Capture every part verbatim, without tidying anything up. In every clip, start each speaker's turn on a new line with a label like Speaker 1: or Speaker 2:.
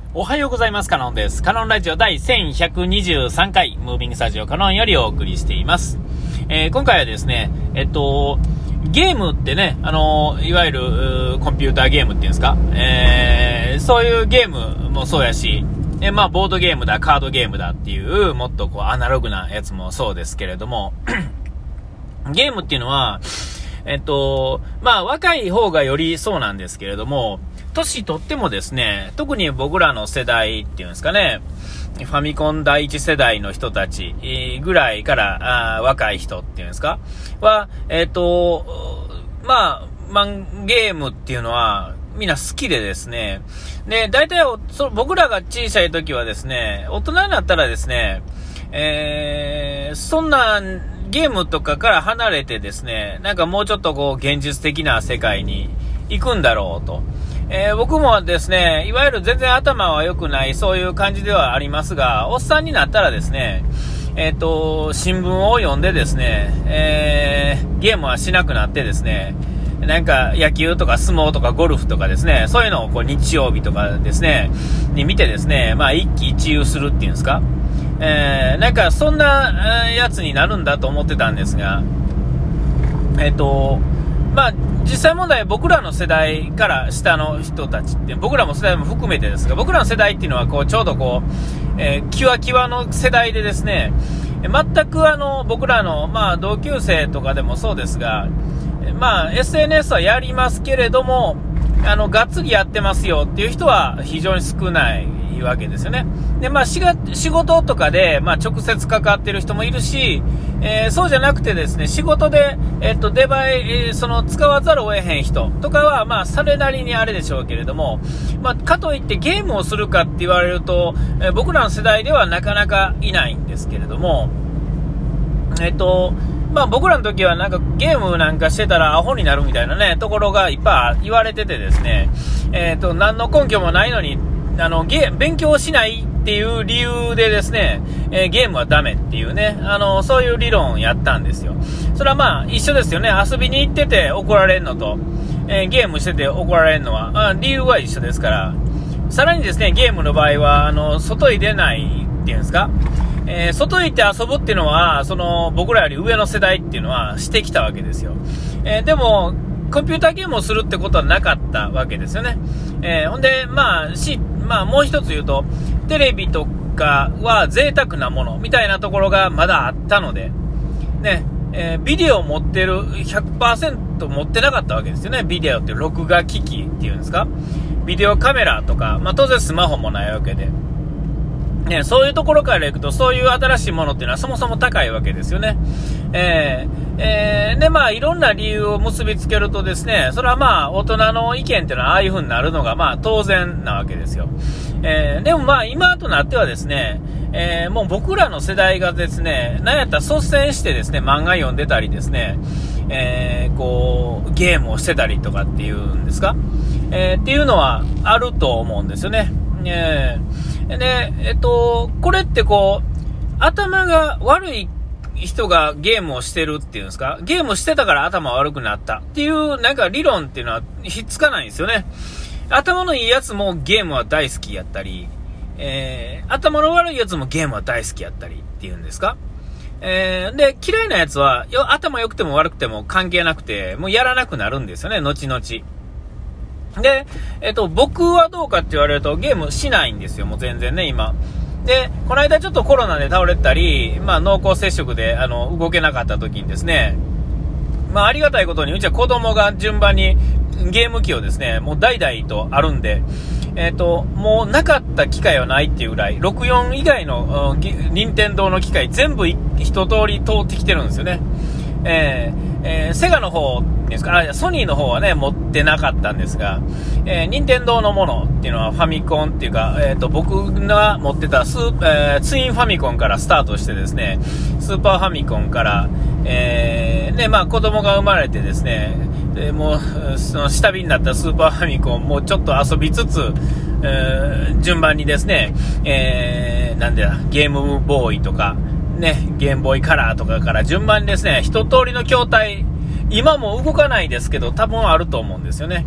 Speaker 1: おはようございます。カノンです。カノンラジオ第せんひゃくにじゅうさんかい、ムービングスタジオカノンよりお送りしています。えー、今回はですね、えっと、ゲームってね、あの、いわゆるコンピューターゲームっていうんですか、えー、そういうゲームもそうやし、えまあ、ボードゲームだ、カードゲームだっていう、もっとこう、アナログなやつもそうですけれども、ゲームっていうのは、えっと、まあ、若い方がよりそうなんですけれども、年取ってもですね、特に僕らの世代っていうんですかね、ファミコン第一世代の人たちぐらいからあ若い人っていうんですかは、えっと、まあ、まあ、ゲームっていうのはみんな好きでですね、で、大体そ僕らが小さい時はですね、大人になったらですね、えー、そんなゲームとかから離れてですね、なんかもうちょっとこう現実的な世界に行くんだろうと。えー、僕もですね、いわゆる全然頭は良くない、そういう感じではありますが、おっさんになったらですね、えっと、新聞を読んでですね、えー、ゲームはしなくなってですね、なんか野球とか相撲とかゴルフとかですね、そういうのをこう日曜日とかですね、に見てですね、まあ一喜一憂するっていうんですか、えー、なんかそんなやつになるんだと思ってたんですが、えっと、まあ実際問題、僕らの世代から下の人たちって、僕らも世代も含めてですが、僕らの世代っていうのはこうちょうどこう、えー、キワキワの世代でですね、全くあの僕らのまあ同級生とかでもそうですが、まあ エスエヌエス はやりますけれども、あのがっつりやってますよっていう人は非常に少ないわけですよね。で、まあ仕事とかでまあ直接関わってる人もいるし、えー、そうじゃなくてですね、仕事でえっとデバイ、えー、その使わざるを得へん人とかはまあそれなりにあれでしょうけれども、まあかといってゲームをするかって言われると、えー、僕らの世代ではなかなかいないんですけれども、えっとまあ僕らの時はなんかゲームなんかしてたらアホになるみたいなねところがいっぱい言われててですね、えっと何の根拠もないのにあのゲ勉強しないっていう理由でですね、えー、ゲームはダメっていうね、あのそういう理論をやったんですよ。それはまあ一緒ですよね。遊びに行ってて怒られるのと、えー、ゲームしてて怒られるのはあ理由は一緒ですから。さらにですね、ゲームの場合はあの外に出ないっていうんですか、えー、外に行って遊ぶっていうのはその僕らより上の世代っていうのはしてきたわけですよ。えー、でもコンピューターゲームをするってことはなかったわけですよね。えー、ほんでまあしまあもう一つ言うと、テレビとかは贅沢なものみたいなところがまだあったのでね、えー、ビデオを持ってる ひゃくパーセント 持ってなかったわけですよね。ビデオって録画機器っていうんですか、ビデオカメラとか、まあ当然スマホもないわけでね、そういうところからいくと、そういう新しいものっていうのはそもそも高いわけですよね。えーえー、でまあいろんな理由を結びつけるとですね、それはまあ大人の意見っていうのはああいう風になるのがまあ当然なわけですよ。えー、でもまあ今となってはですね、えー、もう僕らの世代がですね、なんやったら率先してですね、漫画読んでたりですね、えー、こうゲームをしてたりとかっていうんですか、えー、っていうのはあると思うんですよね。えー、で、えっと、これってこう、頭が悪い人がゲームをしてるっていうんですか、ゲームしてたから頭悪くなったっていうなんか理論っていうのはひっつかないんですよね。頭のいいやつもゲームは大好きやったり、えー、頭の悪いやつもゲームは大好きやったりっていうんですか。えー、で、嫌いなやつはよ頭良くても悪くても関係なくて、もうやらなくなるんですよね、後々。で、えっと、僕はどうかって言われるとゲームしないんですよ、もう全然ね、今。で、この間ちょっとコロナで倒れたり、まあ濃厚接触であの動けなかった時にですね、まあありがたいことにうちは子供が順番にゲーム機をですね、もう代々とあるんで、えっと、もうなかった機会はないっていうぐらい、ろくじゅうよん以外の任天堂の機械全部一通り通ってきてるんですよね。えーえー、セガの方ですか、あ、ソニーの方はね持ってなかったんですが、えー、任天堂のものっていうのはファミコンっていうか、えー、と僕が持ってたスー、えー、ツインファミコンからスタートしてですね、スーパーファミコンから、えーねまあ、子供が生まれてですね、でもうその下火になったスーパーファミコンもちょっと遊びつつ、えー、順番にですね、えー、なんでだゲームボーイとかね、ゲームボーイカラーとかから順番にですね、一通りの筐体、今も動かないですけど多分あると思うんですよね。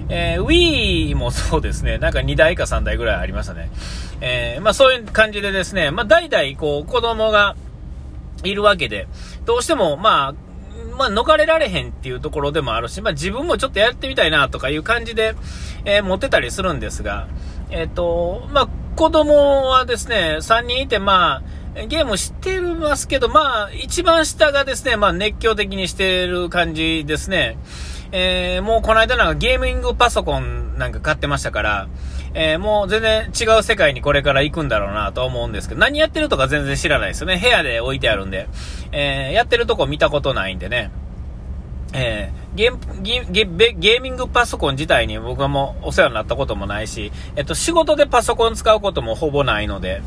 Speaker 1: えー、Wii もそうですね、なんかにだいかさんだいぐらいありましたね。えー、まあそういう感じでですね、まあ代々こう子供がいるわけで、どうしてもまあ、まあ逃れられへんっていうところでもあるし、まあ自分もちょっとやってみたいなとかいう感じで、えー、持ってたりするんですが、えっと、まあ子供はですね、さんにんいてまあ、ゲームしてますけど、まあ一番下がですね、まあ熱狂的にしてる感じですね。えー、もうこの間なんかゲーミングパソコンなんか買ってましたから、えー、もう全然違う世界にこれから行くんだろうなと思うんですけど、何やってるとか全然知らないですよね。部屋で置いてあるんで、えー、やってるとこ見たことないんでね。えー、ゲーゲゲゲーミングパソコン自体に僕はもうお世話になったこともないし、えっと仕事でパソコン使うこともほぼないので、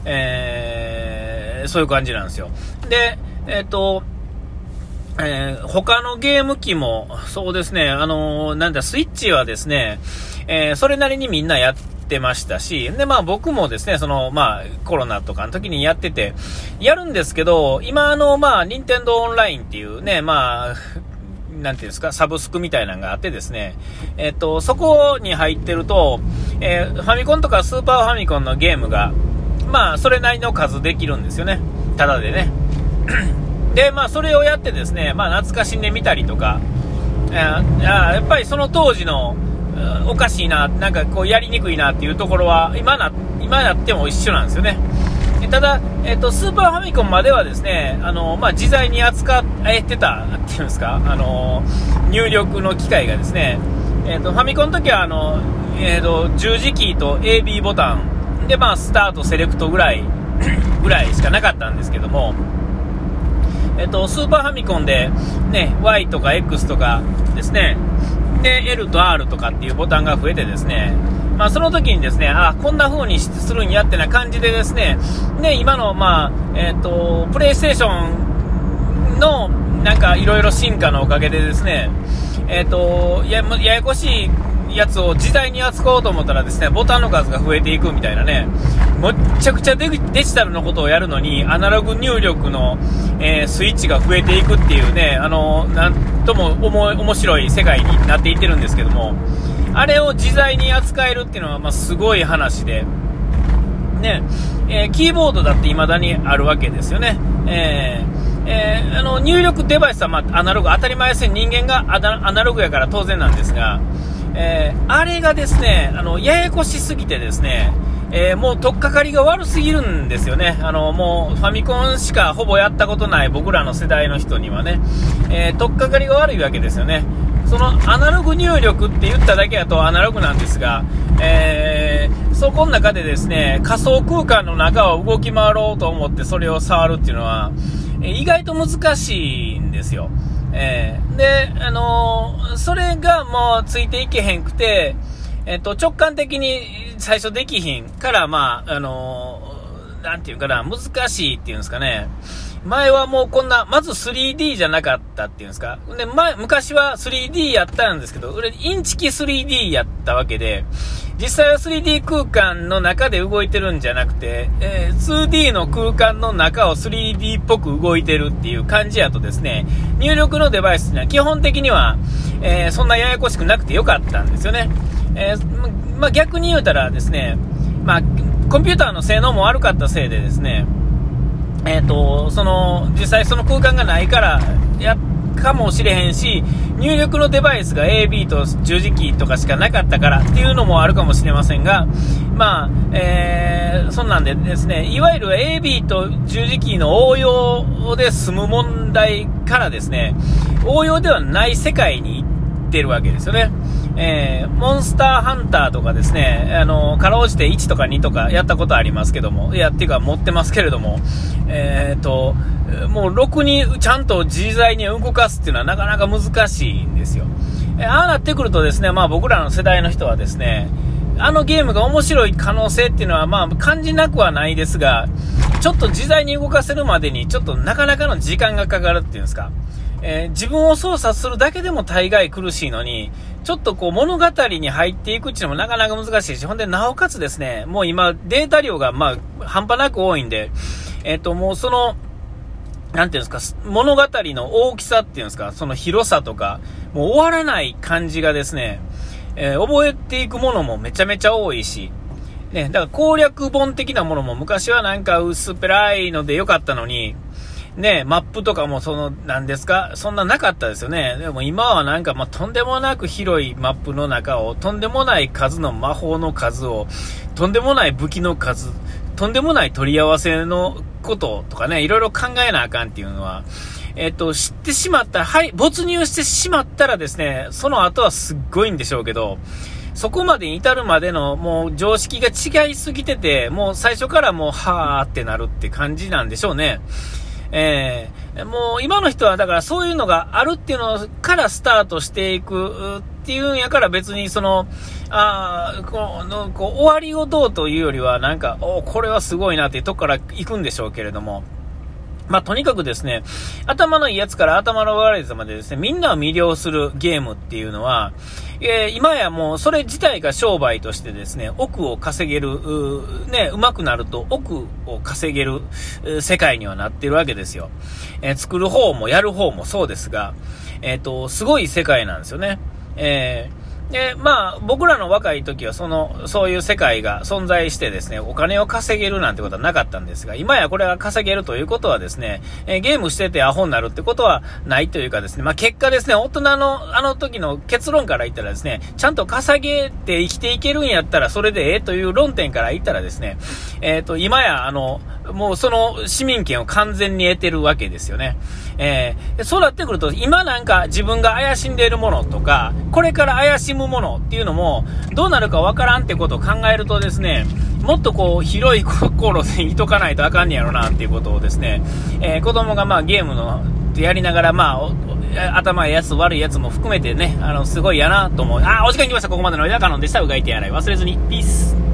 Speaker 1: えー、そういう感じなんですよ。で、えっとえー、他のゲーム機もそうですね、あのー、なんだスイッチはですね、えー、それなりにみんなやってましたし、でまあ僕もですね、そのまあコロナとかの時にやっててやるんですけど、今あのまあ任天堂オンラインっていうね、まあなんていうんですか、サブスクみたいなのがあってですね、えっとそこに入ってると、えー、ファミコンとかスーパーファミコンのゲームがまあそれなりの数できるんですよね、ただでね。でまあそれをやってですね、まあ懐かしんでみたりとか、あやっぱりその当時のおかしいな、なんかこうやりにくいなっていうところは今な今やっても一緒なんですよね。ただ、えっと、スーパーファミコンまではですね、あのまあ、自在に扱えてたっていうんですか、あの入力の機械がですね、えっと、ファミコンの時はあの、えっと、十字キーと エービー ボタンで、まあ、スタートセレクトぐらいぐらいしかなかったんですけども、えっと、スーパーファミコンで、ね、Y とか X とかですね、で L と R とかっていうボタンが増えてですね、まあ、その時にですね、あこんな風にするんやってな感じでですね、で今の、まあえっと、プレイステーションのなんかいろいろ進化のおかげでですね、えっと、や, ややこしいやつを自在に扱おうと思ったらですね、ボタンの数が増えていくみたいなね、むっちゃくちゃ デ, デジタルのことをやるのにアナログ入力の、えー、スイッチが増えていくっていうね、あのなんとも面白い世界になっていってるんですけども、あれを自在に扱えるっていうのはまあすごい話で、ねえー、キーボードだって未だにあるわけですよね。えーえー、あの入力デバイスはまあアナログ、当たり前ですね、人間がアナ、アナログやから当然なんですが、えー、あれがですね、あのややこしすぎてですね、えー、もう取っかかりが悪すぎるんですよね。あのもうファミコンしかほぼやったことない僕らの世代の人にはね、えー、取っかかりが悪いわけですよね。そのアナログ入力って言っただけだとアナログなんですが、えー、そこの中でですね、仮想空間の中を動き回ろうと思ってそれを触るっていうのは、えー、意外と難しいんですよ。えー、で、あのー、それがもうついていけへんくて、えっと、直感的に最初できひんから、まあ、あのー、なんていうかな、難しいっていうんですかね。前はもうこんな、まず スリーディー じゃなかったっていうんですか。で、前、昔は スリーディー やったんですけど、インチキ スリーディー やったわけで、実際は スリーディー 空間の中で動いてるんじゃなくて、えー、ツーディー の空間の中を スリーディー っぽく動いてるっていう感じやとですね、入力のデバイスっていうのは基本的には、えー、そんなややこしくなくてよかったんですよね。えー、まあ、逆に言うたらですね、まあ、コンピューターの性能も悪かったせいでですね、えーと、その実際その空間がないからやかもしれへんし、入力のデバイスが エービー と十字キーとかしかなかったからっていうのもあるかもしれませんが、まあ、えー、そんなんでですね、いわゆる エービー と十字キーの応用で済む問題からですね、応用ではない世界に行ってるわけですよね。えー、モンスターハンターとかですね、あのかろうじていちとかにとかやったことありますけども、いやっていうか持ってますけれども、えーともうろくにちゃんと自在に動かすっていうのはなかなか難しいんですよ。えー、ああなってくるとですね、まあ僕らの世代の人はですね、あのゲームが面白い可能性っていうのはまあ感じなくはないですが、ちょっと自在に動かせるまでにちょっとなかなかの時間がかかるっていうんですか。えー、自分を操作するだけでも大概苦しいのに、ちょっとこう物語に入っていくっていうのもなかなか難しいし、ほんでなおかつですね、もう今データ量がまあ半端なく多いんで、えっともうそのなんていうんですか、物語の大きさっていうんですか、その広さとかもう終わらない感じがですね、 えー、覚えていくものもめちゃめちゃ多いし、ね、だから攻略本的なものも昔はなんか薄っぺらいので良かったのに、ね、マップとかもその、なんですか、そんななかったですよね。でも今はなんか、まあ、とんでもなく広いマップの中を、とんでもない数の魔法の数を、とんでもない武器の数、とんでもない取り合わせのこととかね、いろいろ考えなあかんっていうのは、えっと、知ってしまったら、はい、没入してしまったらですね、その後はすっごいんでしょうけど、そこまでに至るまでのもう常識が違いすぎてて、もう最初からもう、はーってなるって感じなんでしょうね。えー、もう今の人はだからそういうのがあるっていうのからスタートしていくっていうんやから、別にそのあこのこう終わりをどうというよりはなんかおこれはすごいなっていうとこから行くんでしょうけれども、まあ、とにかくですね、頭のいいやつから頭の悪いやつまでですね、みんなを魅了するゲームっていうのは、えー、今やもうそれ自体が商売としてですね、億を稼げる、うね、上手くなると億を稼げる世界にはなっているわけですよ。えー、作る方もやる方もそうですが、えっと、すごい世界なんですよね。えーで、まあ、僕らの若い時は、その、そういう世界が存在してですね、お金を稼げるなんてことはなかったんですが、今やこれが稼げるということはですね、えー、ゲームしててアホになるってことはないというかですね、まあ結果ですね、大人のあの時の結論から言ったらですね、ちゃんと稼げて生きていけるんやったらそれでええという論点から言ったらですね、えっと、今やあの、もうその市民権を完全に得てるわけですよね。えー、そうなってくると、今なんか自分が怪しんでいるものとか、これから怪しむものっていうのも、どうなるかわからんってことを考えるとですね、もっとこう、広い心でいとかないとあかんねやろなっていうことをですね、えー、子供がまあゲームの、やりながら、まあ、頭いいやつ悪いやつも含めてね、あの、すごいやなと思う。あー、お時間来ました。ここまでの間カノンでした。うがいてやらい忘れずに。ピース。